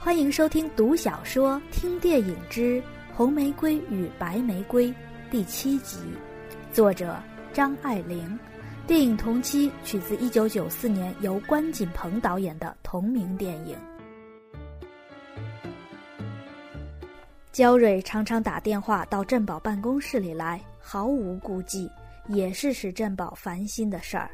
欢迎收听读小说听电影之《红玫瑰与白玫瑰》第7集，作者张爱玲。电影同期取自1994年由关锦鹏导演的同名电影。焦蕊常常打电话到振宝办公室里来，毫无顾忌，也是使振宝烦心的事儿。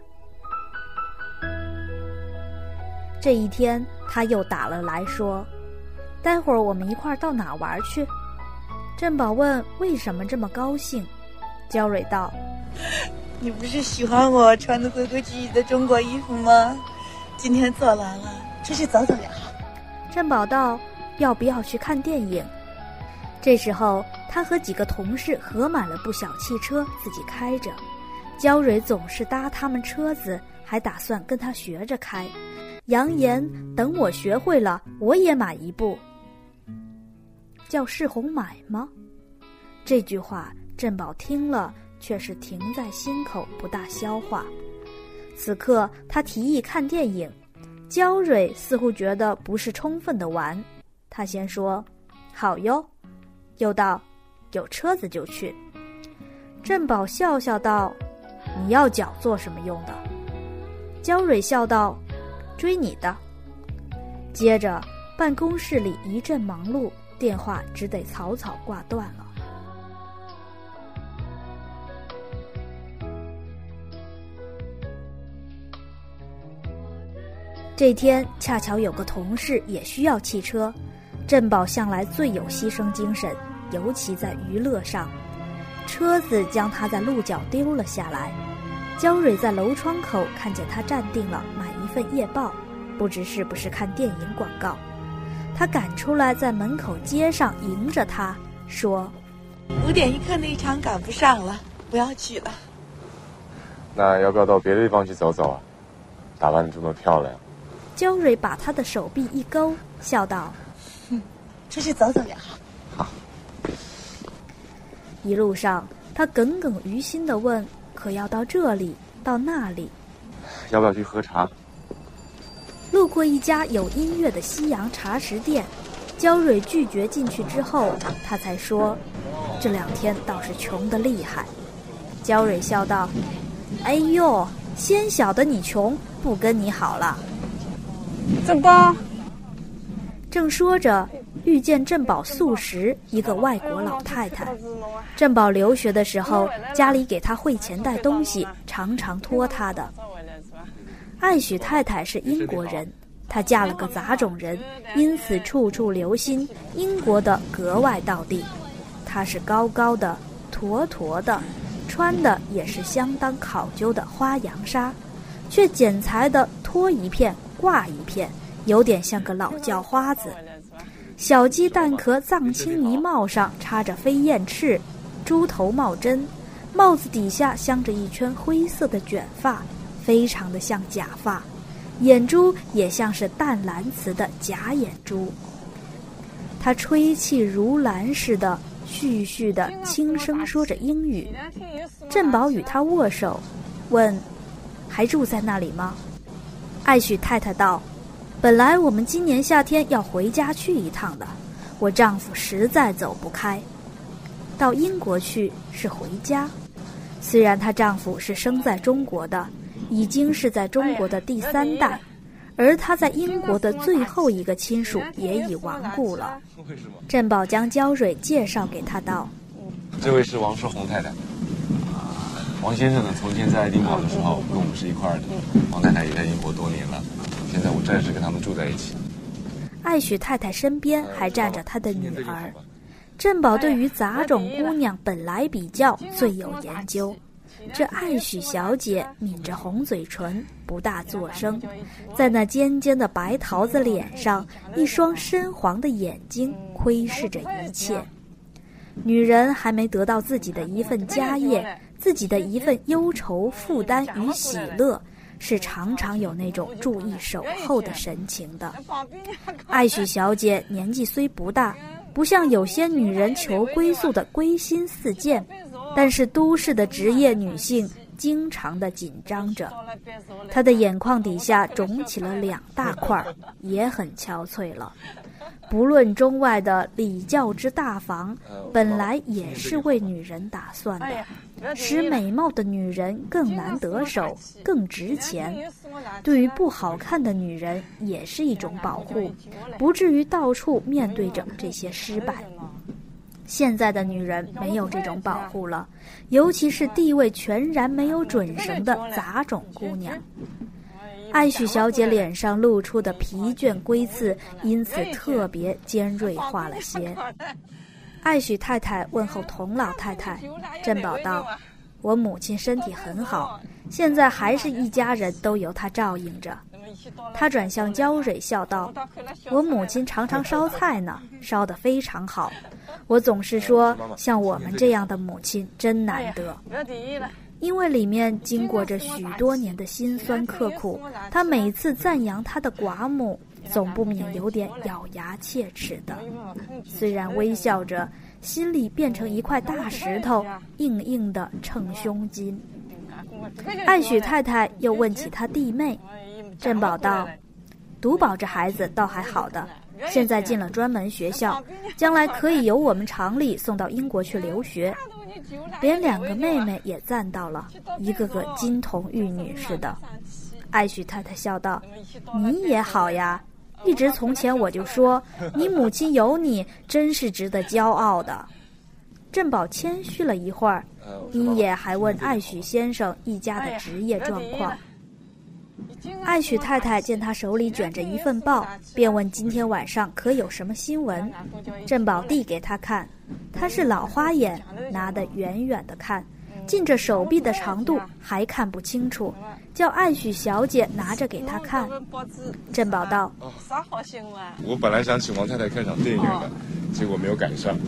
这一天他又打了来说，待会儿我们一块儿到哪玩去？振宝问为什么这么高兴。焦蕊道， 你不是喜欢我穿的规规矩矩的中国衣服吗？今天做完了，出去走走也好。 振宝道，要不要去看电影？这时候他和几个同事合买了部小汽车，自己开着。焦蕊总是搭他们车子，还打算跟他学着开，扬言等我学会了我也买一部。叫世宏买吗？这句话振宝听了却是停在心口，不大消化。此刻他提议看电影，焦蕊似乎觉得不是充分的玩，他先说好哟，又道有车子就去。振宝笑笑道，你要脚做什么用的？焦蕊笑道，追你的。接着办公室里一阵忙碌，电话只得草草挂断了。这天恰巧有个同事也需要汽车，振宝向来最有牺牲精神，尤其在娱乐上。车子将他在路角丢了下来，焦蕊在楼窗口看见他站定了，买一份夜报，不知是不是看电影广告。他赶出来，在门口街上迎着他说 5点1刻那一场赶不上了，不要去了。 那要不要到别的地方去走走啊？打扮得这么漂亮。 焦蕊把他的手臂一勾，笑道， 出去走走也好。 好。 一路上他耿耿于心地问，可要到这里到那里？ 要不要去喝茶？ 路过一家有音乐的西洋茶食店，焦蕊拒绝进去之后，他才说，这2天倒是穷得厉害。焦蕊笑道，哎呦，先晓得你穷，不跟你好了。 怎么？ 正说着，遇见振宝素食，一个外国老太太。振宝留学的时候，家里给他汇钱带东西，常常托他的。艾许太太是英国人，她嫁了个杂种人，因此处处留心，英国的格外道地。她是高高的，驼驼的，穿的也是相当考究的花洋纱，却剪裁的脱一片挂一片，有点像个老叫花子。小鸡蛋壳藏青呢帽上插着飞燕翅，猪头帽针，帽子底下镶着一圈灰色的卷发，非常的像假发，眼珠也像是淡蓝瓷的假眼珠。他吹气如兰似的絮絮的轻声说着英语。振宝与他握手，问还住在那里吗？艾许太太道，本来我们今年夏天要回家去一趟的，我丈夫实在走不开。到英国去是回家，虽然她丈夫是生在中国的，已经是在中国的第3代，而她在英国的最后一个亲属也已亡故了。振宝将焦蕊介绍给他道， 这位是王世宏太太。王先生呢，从前在爱丁堡的时候跟我们是一块儿的，王太太也在英国多年了，现在我暂时跟他们住在一起。 艾许太太身边还站着她的女儿。振宝对于杂种姑娘本来比较最有研究，这艾许小姐抿着红嘴唇，不大作声，在那尖尖的白桃子脸上，一双深黄的眼睛窥视着一切。女人还没得到自己的一份家业，自己的一份忧愁负担与喜乐，是常常有那种注意守候的神情的。艾许小姐年纪虽不大，不像有些女人求归宿的归心似箭，但是都市的职业女性经常的紧张着。她的眼眶底下肿起了2大块，也很憔悴了。 不论中外的礼教之大防，本来也是为女人打算的，使美貌的女人更难得手，更值钱。对于不好看的女人也是一种保护，不至于到处面对着这些失败。现在的女人没有这种保护了，尤其是地位全然没有准绳的杂种姑娘。艾许小姐脸上露出的疲倦归次，因此特别尖锐化了些。艾许太太问候童老太太，珍宝道：“我母亲身体很好，现在还是一家人都由她照应着。”她转向焦蕊笑道：“我母亲常常烧菜呢，烧得非常好。我总是说，像我们这样的母亲真难得。”因为里面经过着许多年的辛酸刻苦，他每次赞扬他的寡母，总不免有点咬牙切齿的。虽然微笑着，心里变成一块大石头，硬硬的称胸襟。艾许太太又问起他弟妹，珍宝道：“独宝这孩子倒还好的，现在进了专门学校，将来可以由我们厂里送到英国去留学。”连2个妹妹也赞到了，一个个金童玉女似的。艾许太太笑道：“你也好呀，一直从前我就说，你母亲有你，真是值得骄傲的。”珍宝谦虚了一会儿，一也还问艾许先生一家的职业状况。艾许太太见他手里卷着一份报，便问今天晚上可有什么新闻。珍宝递给他看，他是老花眼，拿得远远的看，近着手臂的长度还看不清楚，叫艾许小姐拿着给他看。珍宝道：“ 我本来想请王太太看场电影的，结果没有赶上。”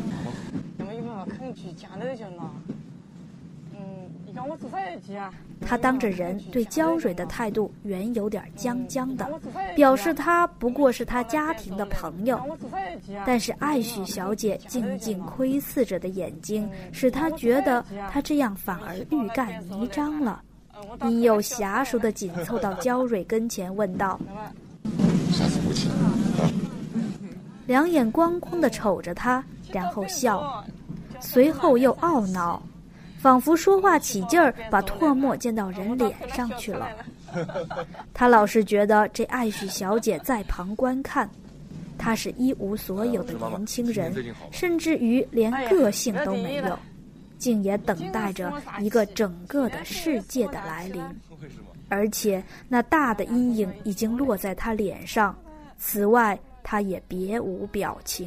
他当着人对焦蕊的态度原有点僵僵的，表示他不过是他家庭的朋友。但是艾许小姐静静窥视着的眼睛，使他觉得他这样反而欲盖弥彰了，因又娴熟地紧凑到焦蕊跟前问道：“下次不请啊？” 两眼光光地瞅着他，然后笑，随后又懊恼，仿佛说话起劲儿，把唾沫溅到人脸上去了。他老是觉得这艾许小姐在旁观看，她是一无所有的年轻人，甚至于连个性都没有，竟也等待着一个整个的世界的来临。而且那大的阴影已经落在她脸上，此外她也别无表情。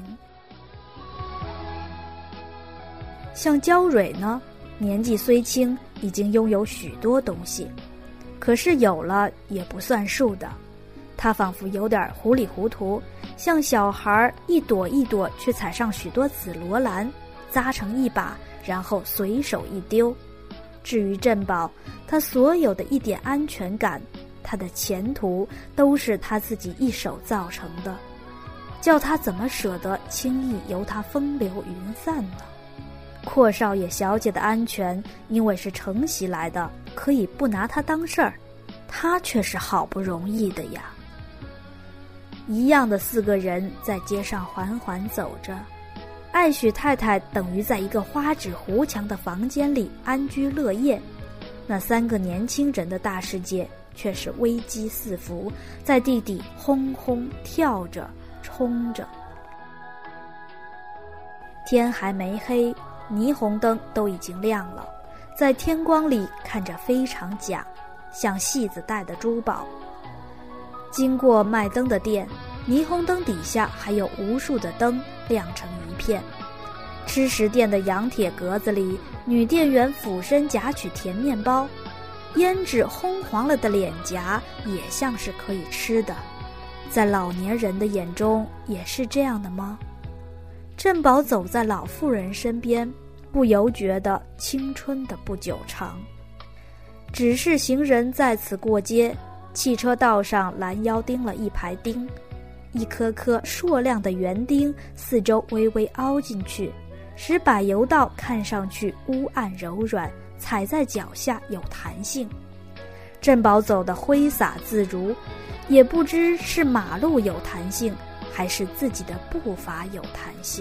像焦蕊呢，年纪虽轻，已经拥有许多东西，可是有了也不算数的。他仿佛有点糊里糊涂，像小孩一朵一朵去采上许多紫罗兰，扎成一把，然后随手一丢。至于珍宝，他所有的一点安全感，他的前途，都是他自己一手造成的，叫他怎么舍得轻易由他风流云散呢？阔少爷小姐的安全，因为是承袭来的，可以不拿她当事儿，她却是好不容易的呀。一样的4个人在街上缓缓走着，艾许太太等于在一个花纸糊墙的房间里安居乐业，那3个年轻人的大世界却是危机四伏，在地底轰轰跳着冲着。天还没黑，霓虹灯都已经亮了，在天光里看着非常假，像戏子戴的珠宝。经过卖灯的店，霓虹灯底下还有无数的灯亮成一片。吃食店的洋铁格子里，女店员俯身夹取甜面包，胭脂烘黄了的脸颊也像是可以吃的。在老年人的眼中也是这样的吗？珍宝走在老妇人身边，不由觉得青春的不久长。只是行人在此过街，汽车道上拦腰钉了一排钉，一颗颗硕亮的圆钉四周微微凹进去，使柏油道看上去乌暗柔软，踩在脚下有弹性。珍宝走得挥洒自如，也不知是马路有弹性， 还是自己的步伐有弹性？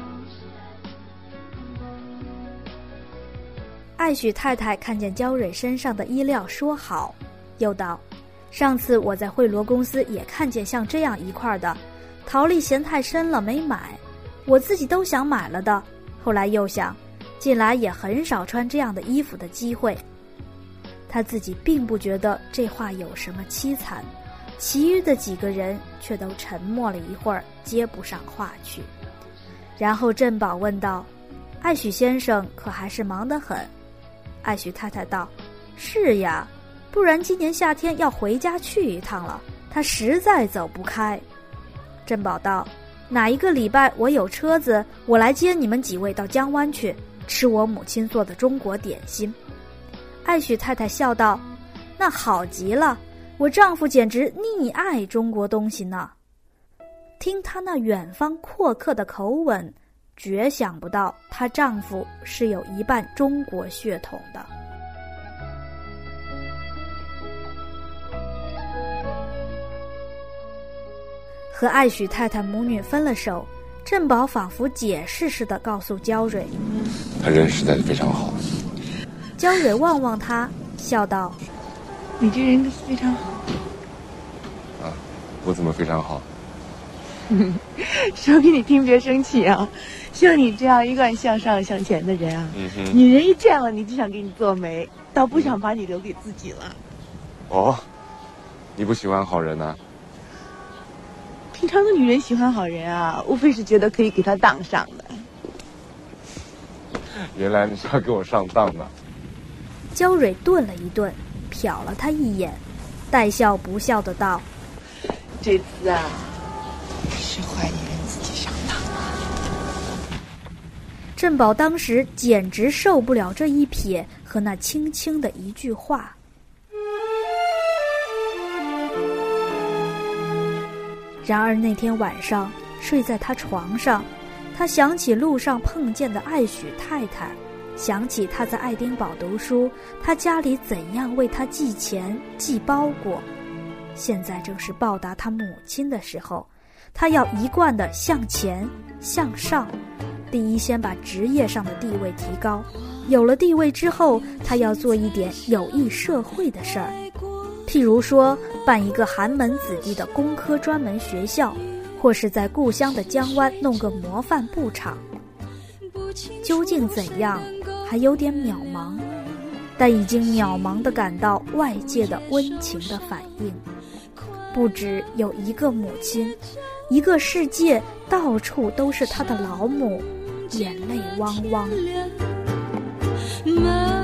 艾许太太看见焦蕊身上的衣料说好，又道：上次我在惠罗公司也看见像这样一块的，陶丽嫌太深了没买，我自己都想买了的，后来又想近来也很少穿这样的衣服的机会。他自己并不觉得这话有什么凄惨，其余的几个人却都沉默了一会儿，接不上话去。然后振宝问道：艾许先生可还是忙得很？艾许太太道：是呀，不然今年夏天要回家去一趟了，他实在走不开。振宝道：哪一个礼拜我有车子，我来接你们几位到江湾去，吃我母亲做的中国点心。艾许太太笑道：那好极了，我丈夫简直溺爱中国东西呢。听她那远方阔客的口吻，绝想不到她丈夫是有一半中国血统的。和艾许太太母女分了手，振宝仿佛解释似的告诉焦蕊： 他人实在是非常好。 焦蕊望望他，笑道： 你这人非常好。 啊，我怎么非常好？ 说给你听，别生气啊！像你这样一贯向上向前的人啊，女人一见了你就想给你做媒，倒不想把你留给自己了。 哦，你不喜欢好人呢？ 平常的女人喜欢好人啊，无非是觉得可以给他当上的。 原来你是要给我上当的。 焦蕊顿了一顿，瞟了他一眼，带笑不笑的道： 这次啊，是坏女人自己上当了。 振宝当时简直受不了这一瞥和那轻轻的一句话。然而那天晚上睡在他床上，他想起路上碰见的艾许太太，想起他在爱丁堡读书，他家里怎样为他寄钱寄包裹。现在正是报答他母亲的时候，他要一贯地向前向上，第一先把职业上的地位提高，有了地位之后，他要做一点有益社会的事儿，譬如说办一个寒门子弟的工科专门学校，或是在故乡的江湾弄个模范布厂。究竟怎样，还有点渺茫，但已经渺茫地感到外界的温情的反应。不止有一个母亲，一个世界到处都是他的老母，眼泪汪汪。